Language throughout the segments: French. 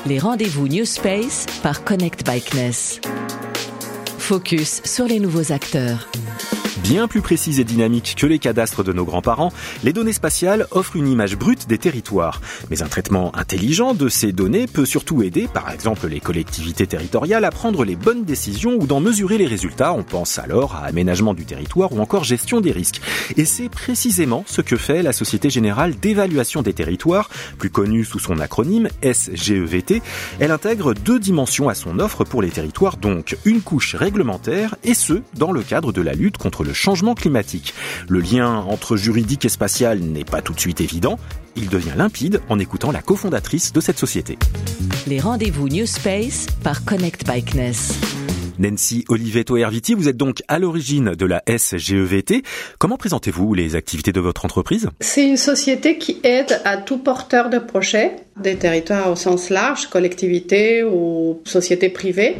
Les rendez-vous New Space par Connect Bikeness. Focus sur les nouveaux acteurs. Bien plus précises et dynamiques que les cadastres de nos grands-parents, les données spatiales offrent une image brute des territoires. Mais un traitement intelligent de ces données peut surtout aider, par exemple les collectivités territoriales, à prendre les bonnes décisions ou d'en mesurer les résultats. On pense alors à aménagement du territoire ou encore gestion des risques. Et c'est précisément ce que fait la Société Générale d'Évaluation des Territoires, plus connue sous son acronyme SGEVT. Elle intègre 2 dimensions à son offre pour les territoires, donc une couche réglementaire, et ce, dans le cadre de la lutte contre le changement climatique. Le lien entre juridique et spatial n'est pas tout de suite évident. Il devient limpide en écoutant la cofondatrice de cette société. Les rendez-vous New Space par Connect Bikeness. Nancy Oliveto-Herviti, vous êtes donc à l'origine de la SGEVT. Comment présentez-vous les activités de votre entreprise ? C'est une société qui aide à tout porteur de projet, des territoires au sens large, collectivités ou sociétés privées,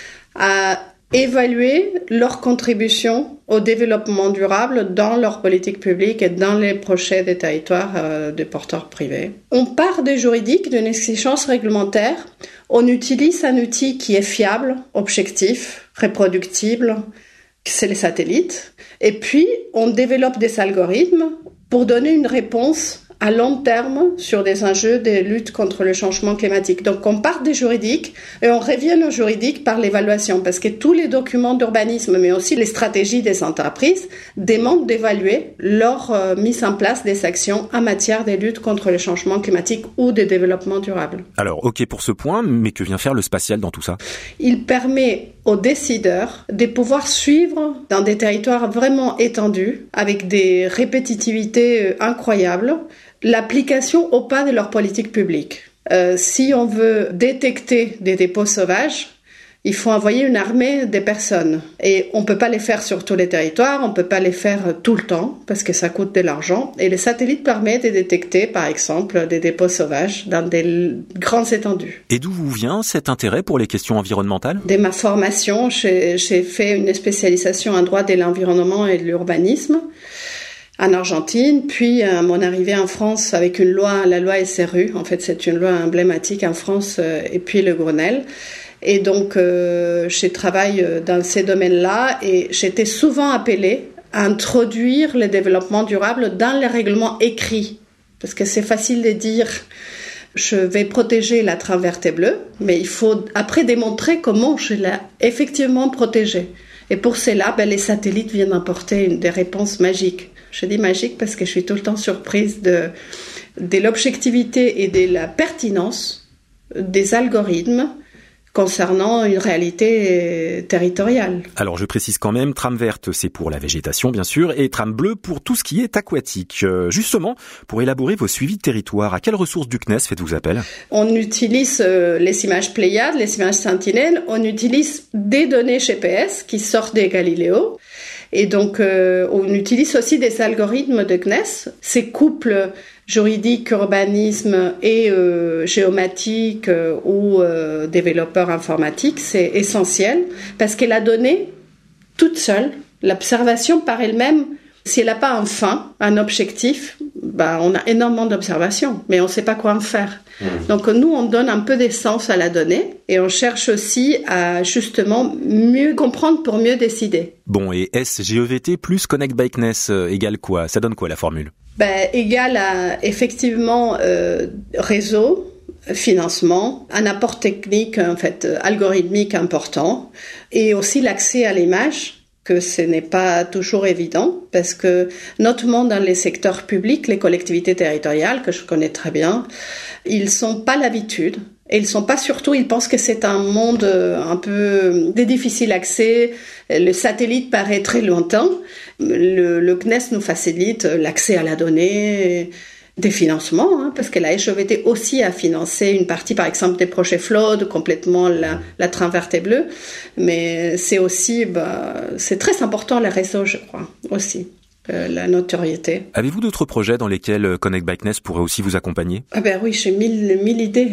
à évaluer leur contribution au développement durable dans leur politique publique et dans les projets des territoires des porteurs privés. On part des juridiques, d'une exigence réglementaire. On utilise un outil qui est fiable, objectif, reproductible, c'est les satellites. Et puis, on développe des algorithmes pour donner une réponse à long terme sur des enjeux de lutte contre le changement climatique. Donc on part des juridiques et on revient au juridique par l'évaluation, parce que tous les documents d'urbanisme, mais aussi les stratégies des entreprises, demandent d'évaluer leur mise en place des actions en matière de lutte contre le changement climatique ou de développement durable. Alors, ok pour ce point, mais que vient faire le spatial dans tout ça ? Il permet aux décideurs de pouvoir suivre dans des territoires vraiment étendus, avec des répétitivités incroyables, l'application au pas de leur politique publique. Si on veut détecter des dépôts sauvages, il faut envoyer une armée de personnes. Et on ne peut pas les faire sur tous les territoires, on ne peut pas les faire tout le temps, parce que ça coûte de l'argent. Et les satellites permettent de détecter, par exemple, des dépôts sauvages dans des grandes étendues. Et d'où vous vient cet intérêt pour les questions environnementales ? Dès ma formation, j'ai fait une spécialisation en droit de l'environnement et de l'urbanisme en Argentine, puis à mon arrivée en France avec une loi, la loi SRU. En fait, c'est une loi emblématique en France, et puis le Grenelle. Et donc, je travaille dans ces domaines-là et j'étais souvent appelée à introduire le développement durable dans les règlements écrits. Parce que c'est facile de dire je vais protéger la trame verte et bleue, mais il faut après démontrer comment je l'ai effectivement protégée. Et pour cela, les satellites viennent apporter des réponses magiques. Je dis magique parce que je suis tout le temps surprise de l'objectivité et de la pertinence des algorithmes concernant une réalité territoriale. Alors je précise quand même, trame verte c'est pour la végétation bien sûr, et trame bleue pour tout ce qui est aquatique. Justement, pour élaborer vos suivis de territoire, à quelles ressources du CNES faites-vous appel ? On utilise les images Pléiades, les images Sentinelle, on utilise des données GPS qui sortent des Galiléo. Et donc, on utilise aussi des algorithmes de CNES. Ces couples juridiques, urbanisme et géomatique ou développeurs informatiques, c'est essentiel parce que la donnée, toute seule, l'observation par elle-même, si elle n'a pas un fin, un objectif, on a énormément d'observations, mais on ne sait pas quoi en faire. Donc nous, on donne un peu d'essence à la donnée et on cherche aussi à justement mieux comprendre pour mieux décider. Bon, et SGEVT plus Connect Bikeness égale quoi ? Ça donne quoi la formule ? Égale à effectivement réseau, financement, un apport technique en fait algorithmique important et aussi l'accès à l'image, que ce n'est pas toujours évident parce que notamment dans les secteurs publics, les collectivités territoriales que je connais très bien, ils sont pas l'habitude et ils sont pas surtout, ils pensent que c'est un monde un peu de difficile accès, le satellite paraît très lointain, le CNES nous facilite l'accès à la donnée, des financements, parce que la SGEVT aussi a financé une partie, par exemple, des projets FLOD, complètement la trame verte et bleue, mais c'est aussi, c'est très important le réseau, je crois, aussi. La notoriété. Avez-vous d'autres projets dans lesquels Connect Bikeness pourrait aussi vous accompagner ? Oui, j'ai mille idées.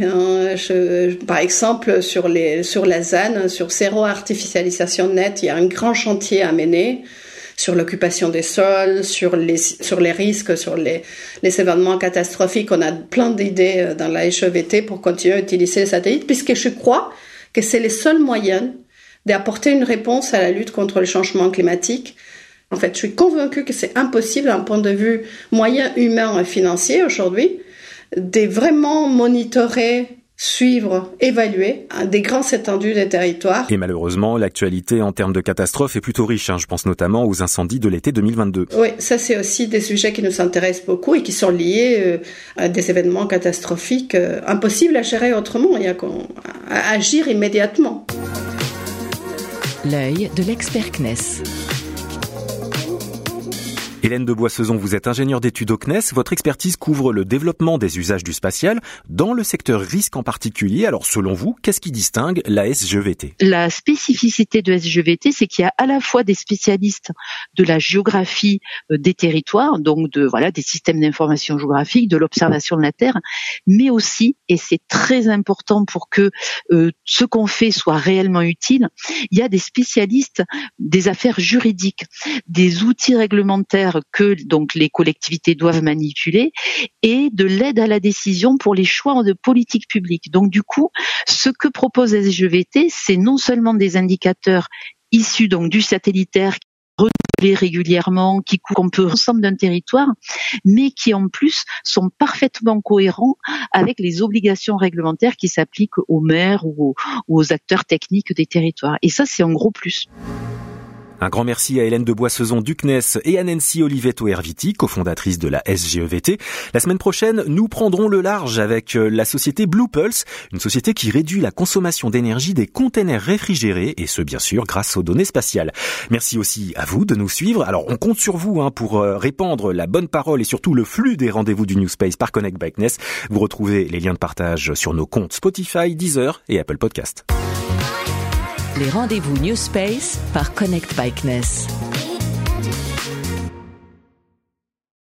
Par exemple, sur la ZAN, sur zéro artificialisation nette, il y a un grand chantier à mener. sur l'occupation des sols, sur les risques, sur les événements catastrophiques. On a plein d'idées dans la SGEVT pour continuer à utiliser les satellites, puisque je crois que c'est le seul moyen d'apporter une réponse à la lutte contre le changement climatique. En fait, je suis convaincue que c'est impossible d'un point de vue moyen, humain et financier aujourd'hui de vraiment monitorer, suivre, évaluer des grandes étendues des territoires. Et malheureusement, l'actualité en termes de catastrophes est plutôt riche. Je pense notamment aux incendies de l'été 2022. Oui, ça c'est aussi des sujets qui nous intéressent beaucoup et qui sont liés à des événements catastrophiques impossibles à gérer autrement. Il y a qu'à agir immédiatement. L'œil de l'expert CNES. Hélène de Boissezon, vous êtes ingénieure d'études au CNES. Votre expertise couvre le développement des usages du spatial dans le secteur risque en particulier. Alors, selon vous, qu'est-ce qui distingue la SGEVT ? La spécificité de SGEVT, c'est qu'il y a à la fois des spécialistes de la géographie des territoires, donc des systèmes d'information géographique, de l'observation de la Terre, mais aussi, et c'est très important pour que ce qu'on fait soit réellement utile, il y a des spécialistes des affaires juridiques, des outils réglementaires que donc les collectivités doivent manipuler et de l'aide à la décision pour les choix de politique publique. Donc du coup, ce que propose SGEVT, c'est non seulement des indicateurs issus donc du satellitaire renouvelés régulièrement, qui couvrent un peu l'ensemble d'un territoire, mais qui en plus sont parfaitement cohérents avec les obligations réglementaires qui s'appliquent aux maires ou aux acteurs techniques des territoires. Et ça, c'est un gros plus. Un grand merci à Hélène de Boissezon du CNES et à Nancy Olivetto-Herviti, cofondatrice de la SGEVT. La semaine prochaine, nous prendrons le large avec la société Blue Pulse, une société qui réduit la consommation d'énergie des containers réfrigérés, et ce bien sûr grâce aux données spatiales. Merci aussi à vous de nous suivre. Alors on compte sur vous pour répandre la bonne parole et surtout le flux des rendez-vous du New Space par Connect by CNES. Vous retrouvez les liens de partage sur nos comptes Spotify, Deezer et Apple Podcast. Les rendez-vous New Space par Connect by CNES.